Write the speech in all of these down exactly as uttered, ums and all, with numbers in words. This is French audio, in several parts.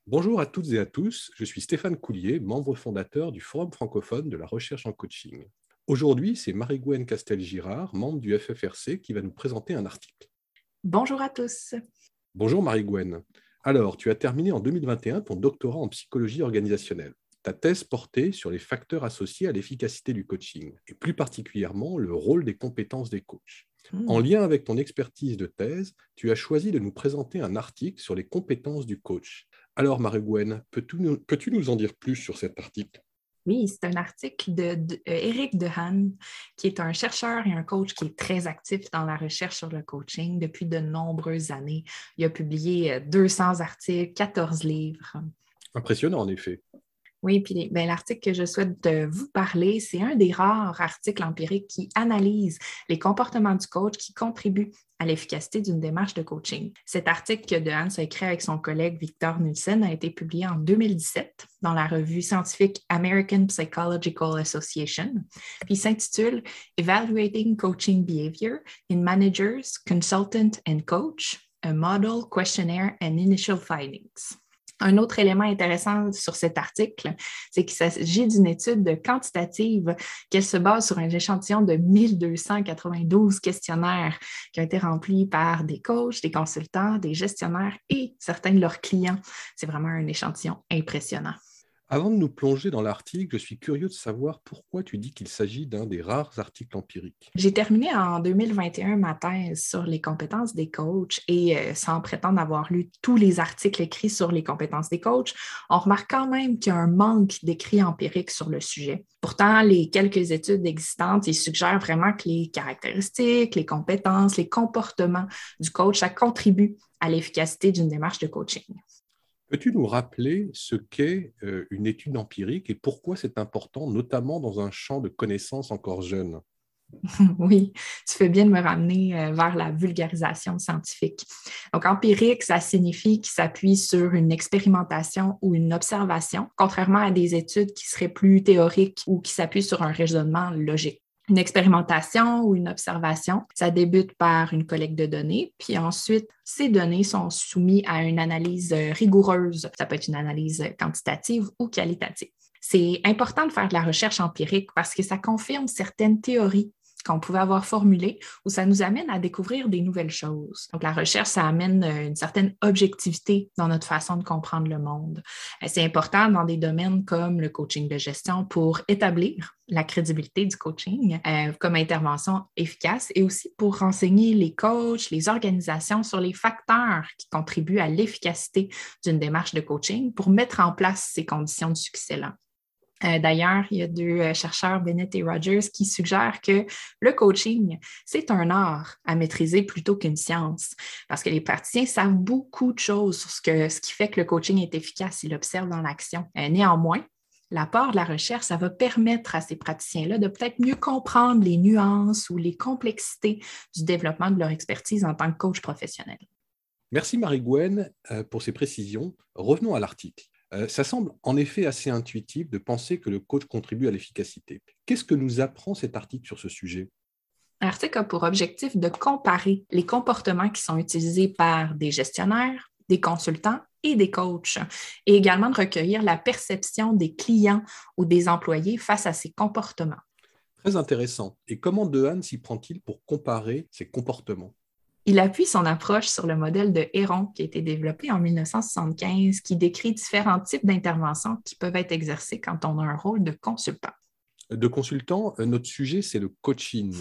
Bonjour à toutes et à tous, je suis Stéphane Coulier, membre fondateur du Forum francophone de la recherche en coaching. Aujourd'hui, c'est Marie-Gwen Castel-Girard, membre du F F R C, qui va nous présenter un article. Bonjour à tous. Bonjour Marie-Gwen. Alors, tu as terminé en deux mille vingt et un ton doctorat en psychologie organisationnelle. Ta thèse portait sur les facteurs associés à l'efficacité du coaching, et plus particulièrement le rôle des compétences des coachs. Mmh. En lien avec ton expertise de thèse, tu as choisi de nous présenter un article sur les compétences du coach. Alors Marie-Gwen, peux-tu nous, peux-tu nous en dire plus sur cet article? Oui, c'est un article d'Éric de, euh, Dehaene, qui est un chercheur et un coach qui est très actif dans la recherche sur le coaching depuis de nombreuses années. Il a publié deux cents articles, quatorze livres. Impressionnant, en effet. Oui, puis ben, l'article que je souhaite vous parler, c'est un des rares articles empiriques qui analyse les comportements du coach qui contribuent à l'efficacité d'une démarche de coaching. Cet article que Dehaene a écrit avec son collègue Victor Nielsen a été publié en deux mille dix-sept dans la revue scientifique American Psychological Association, puis il s'intitule « Evaluating Coaching Behavior in Managers, Consultants and Coach, a Model, Questionnaire and Initial Findings ». Un autre élément intéressant sur cet article, c'est qu'il s'agit d'une étude quantitative qu'elle se base sur un échantillon de mille deux cent quatre-vingt-douze questionnaires qui ont été remplis par des coachs, des consultants, des gestionnaires et certains de leurs clients. C'est vraiment un échantillon impressionnant. Avant de nous plonger dans l'article, je suis curieux de savoir pourquoi tu dis qu'il s'agit d'un des rares articles empiriques. J'ai terminé en deux mille vingt et un ma thèse sur les compétences des coachs et euh, sans prétendre avoir lu tous les articles écrits sur les compétences des coachs, on remarque quand même qu'il y a un manque d'écrits empiriques sur le sujet. Pourtant, les quelques études existantes, ils suggèrent vraiment que les caractéristiques, les compétences, les comportements du coach, ça contribue à l'efficacité d'une démarche de coaching. Peux-tu nous rappeler ce qu'est euh, une étude empirique et pourquoi c'est important, notamment dans un champ de connaissances encore jeune? Oui, tu fais bien de me ramener euh, vers la vulgarisation scientifique. Donc, empirique, ça signifie qu'il s'appuie sur une expérimentation ou une observation, contrairement à des études qui seraient plus théoriques ou qui s'appuient sur un raisonnement logique. Une expérimentation ou une observation, ça débute par une collecte de données, puis ensuite, ces données sont soumises à une analyse rigoureuse. Ça peut être une analyse quantitative ou qualitative. C'est important de faire de la recherche empirique parce que ça confirme certaines théories qu'on pouvait avoir formulées ou ça nous amène à découvrir des nouvelles choses. Donc, la recherche, ça amène une certaine objectivité dans notre façon de comprendre le monde. C'est important dans des domaines comme le coaching de gestion pour établir la crédibilité du coaching euh, comme intervention efficace et aussi pour renseigner les coachs, les organisations sur les facteurs qui contribuent à l'efficacité d'une démarche de coaching pour mettre en place ces conditions de succès-là. Euh, d'ailleurs, il y a deux euh, chercheurs, Bennett et Rogers, qui suggèrent que le coaching, c'est un art à maîtriser plutôt qu'une science, parce que les praticiens savent beaucoup de choses sur ce, que, ce qui fait que le coaching est efficace, ils l'observent dans l'action. Euh, néanmoins, l'apport de la recherche, ça va permettre à ces praticiens-là de peut-être mieux comprendre les nuances ou les complexités du développement de leur expertise en tant que coach professionnel. Merci Marie-Gwen euh, pour ces précisions. Revenons à l'article. Euh, ça semble en effet assez intuitif de penser que le coach contribue à l'efficacité. Qu'est-ce que nous apprend cet article sur ce sujet? L'article a pour objectif de comparer les comportements qui sont utilisés par des gestionnaires, des consultants et des coachs, et également de recueillir la perception des clients ou des employés face à ces comportements. Très intéressant. Et comment Dehaene s'y prend-il pour comparer ces comportements? Il appuie son approche sur le modèle de Héron qui a été développé en mille neuf cent soixante-quinze, qui décrit différents types d'interventions qui peuvent être exercées quand on a un rôle de consultant. De consultant, notre sujet, c'est le coaching.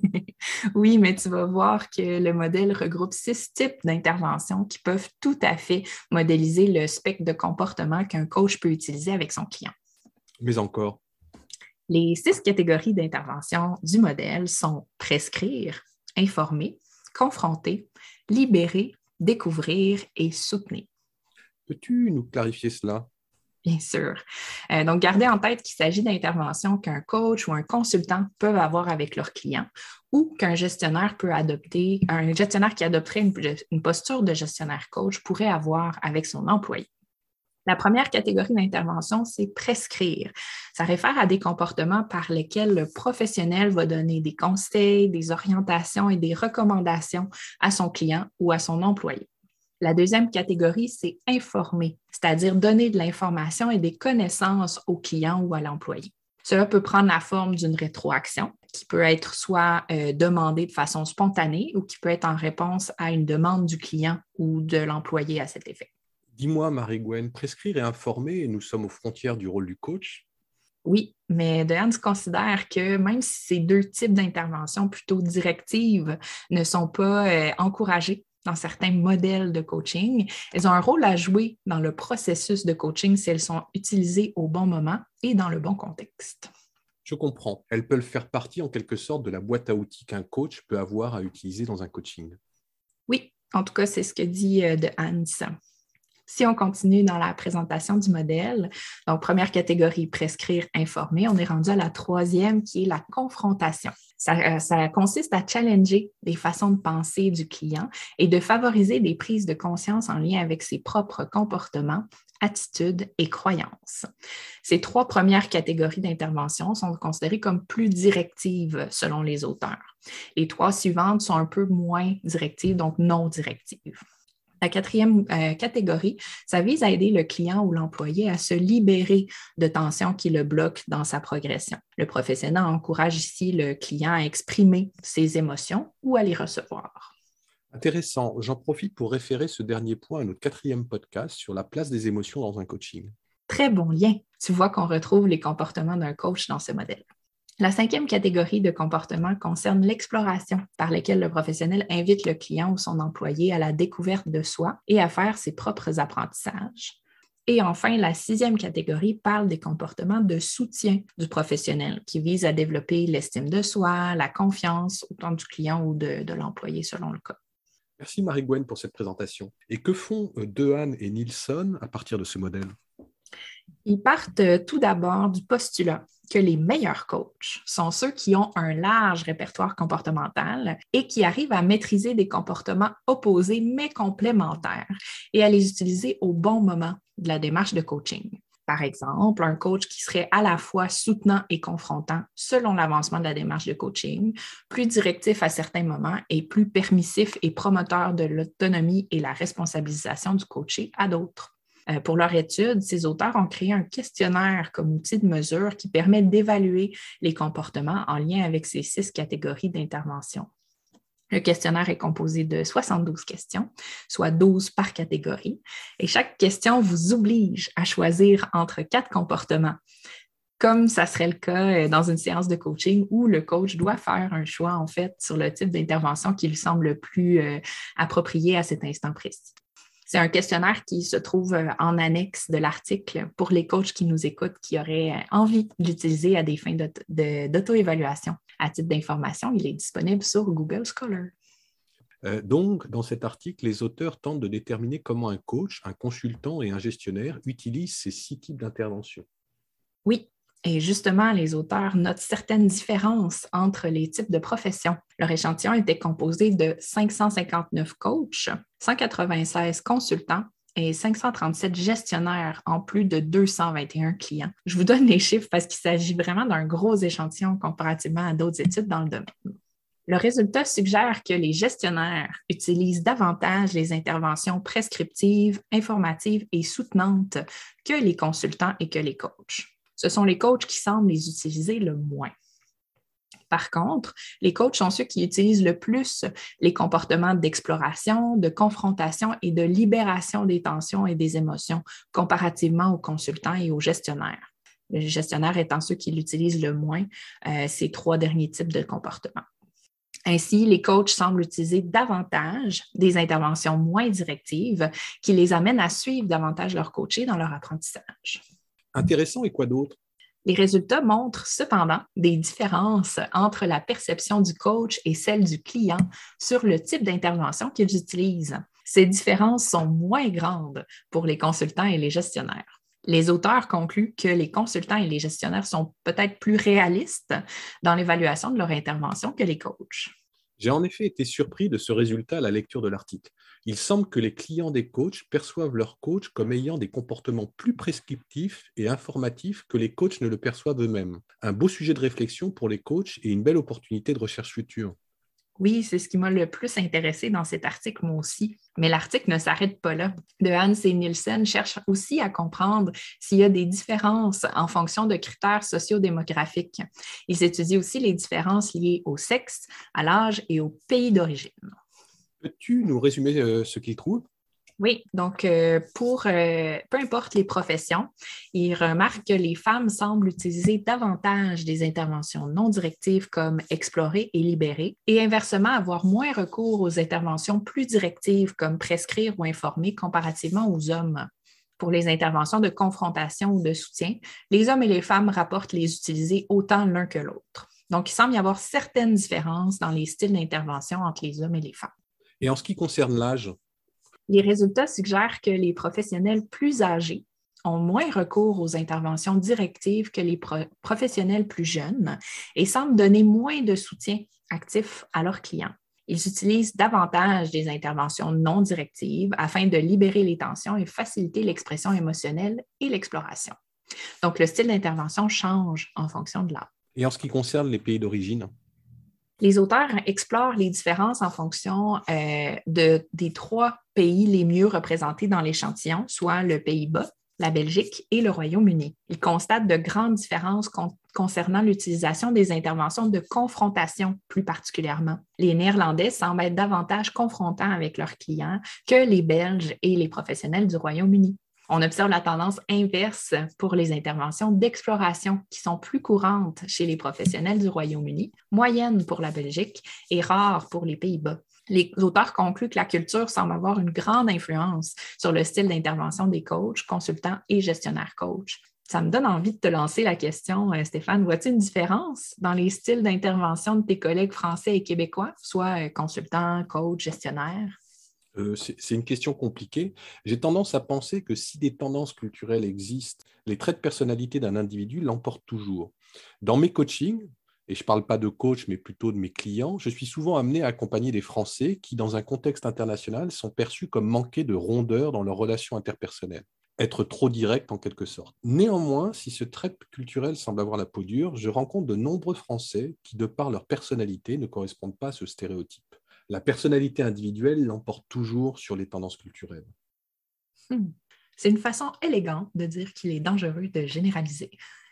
Oui, mais tu vas voir que le modèle regroupe six types d'interventions qui peuvent tout à fait modéliser le spectre de comportement qu'un coach peut utiliser avec son client. Mais encore? Les six catégories d'intervention du modèle sont prescrire, informer, confronter, libérer, découvrir et soutenir. Peux-tu nous clarifier cela? Bien sûr. Euh, donc, gardez en tête qu'il s'agit d'interventions qu'un coach ou un consultant peuvent avoir avec leurs clients ou qu'un gestionnaire peut adopter, un gestionnaire qui adopterait une, une posture de gestionnaire coach pourrait avoir avec son employé. La première catégorie d'intervention, c'est prescrire. Ça réfère à des comportements par lesquels le professionnel va donner des conseils, des orientations et des recommandations à son client ou à son employé. La deuxième catégorie, c'est informer, c'est-à-dire donner de l'information et des connaissances au client ou à l'employé. Cela peut prendre la forme d'une rétroaction qui peut être soit euh, demandée de façon spontanée ou qui peut être en réponse à une demande du client ou de l'employé à cet effet. Dis-moi, Marie-Gwen, prescrire et informer, nous sommes aux frontières du rôle du coach. Oui, mais Dehaene considère que même si ces deux types d'interventions plutôt directives ne sont pas euh, encouragées dans certains modèles de coaching, elles ont un rôle à jouer dans le processus de coaching si elles sont utilisées au bon moment et dans le bon contexte. Je comprends. Elles peuvent faire partie en quelque sorte de la boîte à outils qu'un coach peut avoir à utiliser dans un coaching. Oui, en tout cas, c'est ce que dit euh, Dehaene. Si on continue dans la présentation du modèle, donc première catégorie, prescrire, informer, on est rendu à la troisième qui est la confrontation. Ça, ça consiste à challenger les façons de penser du client et de favoriser des prises de conscience en lien avec ses propres comportements, attitudes et croyances. Ces trois premières catégories d'intervention sont considérées comme plus directives selon les auteurs. Les trois suivantes sont un peu moins directives, donc non directives. La quatrième euh, catégorie, ça vise à aider le client ou l'employé à se libérer de tensions qui le bloquent dans sa progression. Le professionnel encourage ici le client à exprimer ses émotions ou à les recevoir. Intéressant. J'en profite pour référer ce dernier point à notre quatrième podcast sur la place des émotions dans un coaching. Très bon lien. Tu vois qu'on retrouve les comportements d'un coach dans ce modèle. La cinquième catégorie de comportement concerne l'exploration par laquelle le professionnel invite le client ou son employé à la découverte de soi et à faire ses propres apprentissages. Et enfin, la sixième catégorie parle des comportements de soutien du professionnel qui visent à développer l'estime de soi, la confiance, autant du client ou de, de l'employé selon le cas. Merci Marie-Gwen pour cette présentation. Et que font Dehaene et Nilsson à partir de ce modèle? Ils partent tout d'abord du postulat que les meilleurs coachs sont ceux qui ont un large répertoire comportemental et qui arrivent à maîtriser des comportements opposés mais complémentaires et à les utiliser au bon moment de la démarche de coaching. Par exemple, un coach qui serait à la fois soutenant et confrontant selon l'avancement de la démarche de coaching, plus directif à certains moments et plus permissif et promoteur de l'autonomie et la responsabilisation du coaché à d'autres. Pour leur étude, ces auteurs ont créé un questionnaire comme outil de mesure qui permet d'évaluer les comportements en lien avec ces six catégories d'intervention. Le questionnaire est composé de soixante-douze questions, soit douze par catégorie, et chaque question vous oblige à choisir entre quatre comportements, comme ça serait le cas dans une séance de coaching où le coach doit faire un choix en fait sur le type d'intervention qui lui semble le plus euh, approprié à cet instant précis. C'est un questionnaire qui se trouve en annexe de l'article pour les coachs qui nous écoutent, qui auraient envie de l'utiliser à des fins d'auto-évaluation. À titre d'information, il est disponible sur Google Scholar. Euh, donc, dans cet article, les auteurs tentent de déterminer comment un coach, un consultant et un gestionnaire utilisent ces six types d'intervention. Oui. Et justement, les auteurs notent certaines différences entre les types de professions. Leur échantillon était composé de cinq cent cinquante-neuf coachs, cent quatre-vingt-seize consultants et cinq cent trente-sept gestionnaires en plus de deux cent vingt et un clients. Je vous donne les chiffres parce qu'il s'agit vraiment d'un gros échantillon comparativement à d'autres études dans le domaine. Le résultat suggère que les gestionnaires utilisent davantage les interventions prescriptives, informatives et soutenantes que les consultants et que les coachs. Ce sont les coachs qui semblent les utiliser le moins. Par contre, les coachs sont ceux qui utilisent le plus les comportements d'exploration, de confrontation et de libération des tensions et des émotions comparativement aux consultants et aux gestionnaires. Les gestionnaires étant ceux qui l'utilisent le moins, euh, ces trois derniers types de comportements. Ainsi, les coachs semblent utiliser davantage des interventions moins directives qui les amènent à suivre davantage leur coaché dans leur apprentissage. Intéressant, et quoi d'autre? Les résultats montrent cependant des différences entre la perception du coach et celle du client sur le type d'intervention qu'ils utilisent. Ces différences sont moins grandes pour les consultants et les gestionnaires. Les auteurs concluent que les consultants et les gestionnaires sont peut-être plus réalistes dans l'évaluation de leur intervention que les coachs. J'ai en effet été surpris de ce résultat à la lecture de l'article. Il semble que les clients des coachs perçoivent leurs coachs comme ayant des comportements plus prescriptifs et informatifs que les coachs ne le perçoivent eux-mêmes. Un beau sujet de réflexion pour les coachs et une belle opportunité de recherche future. Oui, c'est ce qui m'a le plus intéressé dans cet article, moi aussi. Mais l'article ne s'arrête pas là. De Hans et Nielsen cherche aussi à comprendre s'il y a des différences en fonction de critères sociodémographiques. Ils étudient aussi les différences liées au sexe, à l'âge et au pays d'origine. Peux-tu nous résumer euh, ce qu'ils trouvent? Oui, donc euh, pour euh, peu importe les professions, ils remarquent que les femmes semblent utiliser davantage des interventions non directives comme explorer et libérer, et inversement avoir moins recours aux interventions plus directives comme prescrire ou informer comparativement aux hommes. Pour les interventions de confrontation ou de soutien, les hommes et les femmes rapportent les utiliser autant l'un que l'autre. Donc, il semble y avoir certaines différences dans les styles d'intervention entre les hommes et les femmes. Et en ce qui concerne l'âge? Les résultats suggèrent que les professionnels plus âgés ont moins recours aux interventions directives que les pro- professionnels plus jeunes et semblent donner moins de soutien actif à leurs clients. Ils utilisent davantage des interventions non directives afin de libérer les tensions et faciliter l'expression émotionnelle et l'exploration. Donc, le style d'intervention change en fonction de l'âge. Et en ce qui concerne les pays d'origine? Les auteurs explorent les différences en fonction euh, de, des trois pays les mieux représentés dans l'échantillon, soit le Pays-Bas, la Belgique et le Royaume-Uni. Ils constatent de grandes différences con- concernant l'utilisation des interventions de confrontation plus particulièrement. Les Néerlandais semblent être davantage confrontants avec leurs clients que les Belges et les professionnels du Royaume-Uni. On observe la tendance inverse pour les interventions d'exploration qui sont plus courantes chez les professionnels du Royaume-Uni, moyennes pour la Belgique et rares pour les Pays-Bas. Les auteurs concluent que la culture semble avoir une grande influence sur le style d'intervention des coachs, consultants et gestionnaires coachs. Ça me donne envie de te lancer la question, Stéphane. Vois-tu une différence dans les styles d'intervention de tes collègues français et québécois, soit consultants, coachs, gestionnaires? Euh, c'est, c'est une question compliquée. J'ai tendance à penser que si des tendances culturelles existent, les traits de personnalité d'un individu l'emportent toujours. Dans mes coachings, et je ne parle pas de coach, mais plutôt de mes clients, je suis souvent amené à accompagner des Français qui, dans un contexte international, sont perçus comme manquer de rondeur dans leurs relations interpersonnelles, être trop direct en quelque sorte. Néanmoins, si ce trait culturel semble avoir la peau dure, je rencontre de nombreux Français qui, de par leur personnalité, ne correspondent pas à ce stéréotype. La personnalité individuelle l'emporte toujours sur les tendances culturelles. Hmm. C'est une façon élégante de dire qu'il est dangereux de généraliser.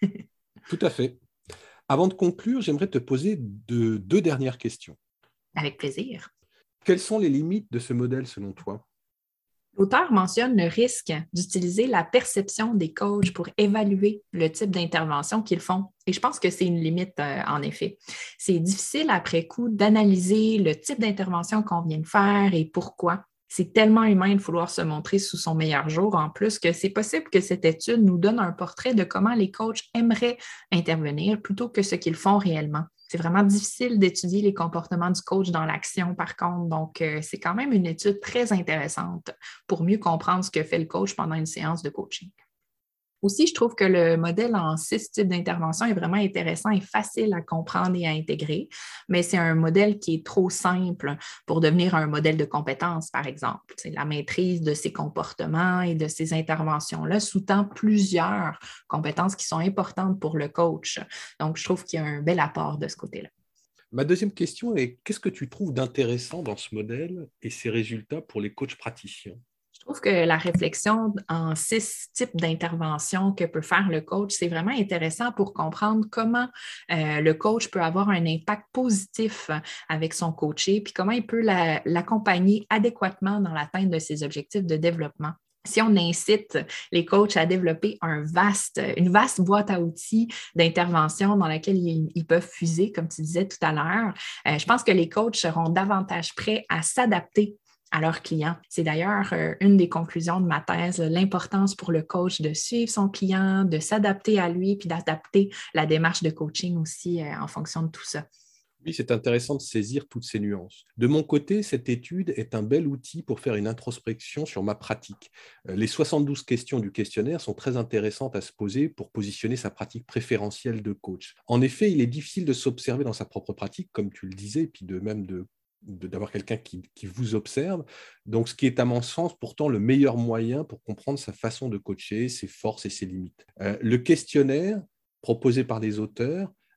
Tout à fait. Avant de conclure, j'aimerais te poser deux, deux dernières questions. Avec plaisir. Quelles sont les limites de ce modèle selon toi? L'auteur mentionne le risque d'utiliser la perception des coachs pour évaluer le type d'intervention qu'ils font. Et je pense que c'est une limite, euh, en effet. C'est difficile après coup d'analyser le type d'intervention qu'on vient de faire et pourquoi. C'est tellement humain de vouloir se montrer sous son meilleur jour, en plus que c'est possible que cette étude nous donne un portrait de comment les coachs aimeraient intervenir plutôt que ce qu'ils font réellement. C'est vraiment difficile d'étudier les comportements du coach dans l'action, par contre. Donc, euh, c'est quand même une étude très intéressante pour mieux comprendre ce que fait le coach pendant une séance de coaching. Aussi, je trouve que le modèle en six types d'intervention est vraiment intéressant et facile à comprendre et à intégrer, mais c'est un modèle qui est trop simple pour devenir un modèle de compétence, par exemple. C'est la maîtrise de ces comportements et de ces interventions-là sous-tend plusieurs compétences qui sont importantes pour le coach. Donc, je trouve qu'il y a un bel apport de ce côté-là. Ma deuxième question est, qu'est-ce que tu trouves d'intéressant dans ce modèle et ses résultats pour les coachs praticiens? Je trouve que la réflexion en six types d'interventions que peut faire le coach, c'est vraiment intéressant pour comprendre comment euh, le coach peut avoir un impact positif avec son coaché, puis comment il peut la, l'accompagner adéquatement dans l'atteinte de ses objectifs de développement. Si on incite les coachs à développer un vaste, une vaste boîte à outils d'intervention dans laquelle ils, ils peuvent fuser, comme tu disais tout à l'heure, euh, je pense que les coachs seront davantage prêts à s'adapter à leurs clients. C'est d'ailleurs euh, une des conclusions de ma thèse, l'importance pour le coach de suivre son client, de s'adapter à lui, puis d'adapter la démarche de coaching aussi euh, en fonction de tout ça. Oui, c'est intéressant de saisir toutes ces nuances. De mon côté, cette étude est un bel outil pour faire une introspection sur ma pratique. Les soixante-douze questions du questionnaire sont très intéressantes à se poser pour positionner sa pratique préférentielle de coach. En effet, il est difficile de s'observer dans sa propre pratique, comme tu le disais, et puis de même de d'avoir quelqu'un qui, qui vous observe. Donc, ce qui est à mon sens pourtant le meilleur moyen pour comprendre sa façon de coacher, ses forces et ses limites. Euh, le questionnaire proposé par les auteurs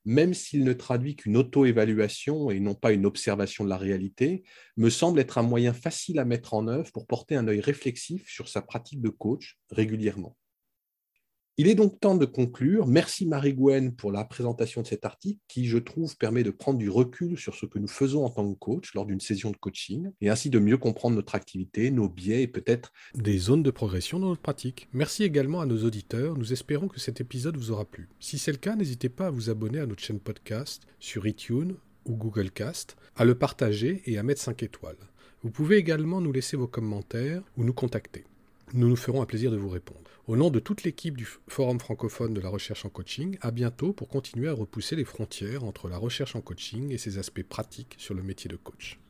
même s'il ne traduit qu'une auto-évaluation et non pas une observation de la réalité, me semble être un moyen facile à mettre en œuvre pour porter un œil réflexif sur sa pratique de coach régulièrement. Il est donc temps de conclure. Merci Marie-Gwen pour la présentation de cet article qui, je trouve, permet de prendre du recul sur ce que nous faisons en tant que coach lors d'une session de coaching et ainsi de mieux comprendre notre activité, nos biais et peut-être des zones de progression dans notre pratique. Merci également à nos auditeurs. Nous espérons que cet épisode vous aura plu. Si c'est le cas, n'hésitez pas à vous abonner à notre chaîne podcast sur iTunes ou Google Cast, à le partager et à mettre cinq étoiles. Vous pouvez également nous laisser vos commentaires ou nous contacter. Nous nous ferons un plaisir de vous répondre. Au nom de toute l'équipe du Forum francophone de la recherche en coaching, à bientôt pour continuer à repousser les frontières entre la recherche en coaching et ses aspects pratiques sur le métier de coach.